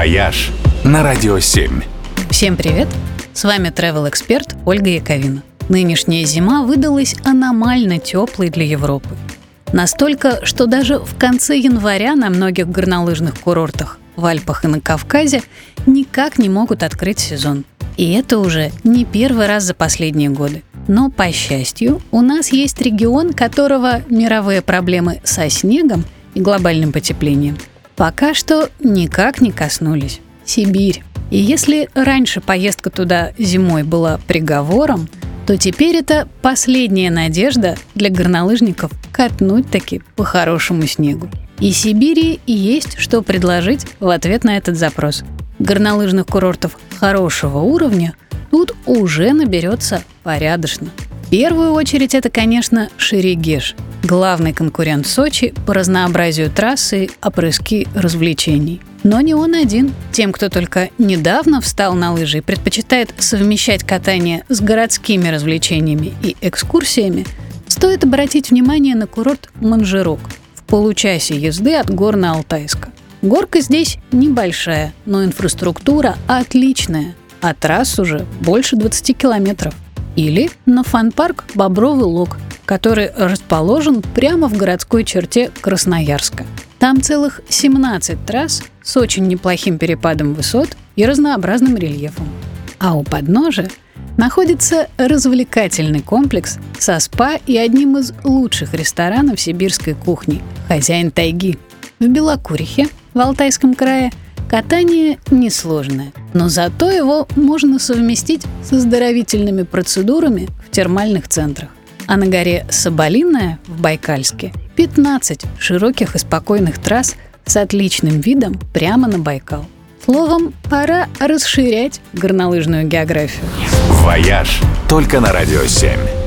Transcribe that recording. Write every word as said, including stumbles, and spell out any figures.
«Вояж» на Радио семь. Всем привет! С вами travel-эксперт Ольга Яковина. Нынешняя зима выдалась аномально теплой для Европы. Настолько, что даже в конце января на многих горнолыжных курортах в Альпах и на Кавказе никак не могут открыть сезон. И это уже не первый раз за последние годы. Но, по счастью, у нас есть регион, которого мировые проблемы со снегом и глобальным потеплением пока что никак не коснулись. Сибирь. И если раньше поездка туда зимой была приговором, то теперь это последняя надежда для горнолыжников катнуть таки по хорошему снегу. И Сибири и есть что предложить в ответ на этот запрос. Горнолыжных курортов хорошего уровня тут уже наберется порядочно. В первую очередь это, конечно, Шерегеш, главный конкурент Сочи по разнообразию трассы и опрыски развлечений. Но не он один. Тем, кто только недавно встал на лыжи и предпочитает совмещать катание с городскими развлечениями и экскурсиями, стоит обратить внимание на курорт Манжерок в получасе езды от гор на Алтайска. Горка здесь небольшая, но инфраструктура отличная, а трасс уже больше двадцати километров. Или на фан-парк Бобровый Лог, который расположен прямо в городской черте Красноярска. Там целых семнадцать трасс с очень неплохим перепадом высот и разнообразным рельефом. А у подножия находится развлекательный комплекс со спа и одним из лучших ресторанов сибирской кухни «Хозяин тайги». В Белокурихе, в Алтайском крае, катание несложное, но зато его можно совместить с оздоровительными процедурами в термальных центрах. А на горе Соболиная в Байкальске пятнадцать широких и спокойных трасс с отличным видом прямо на Байкал. Словом, пора расширять горнолыжную географию. «Вояж» только на Радио семь.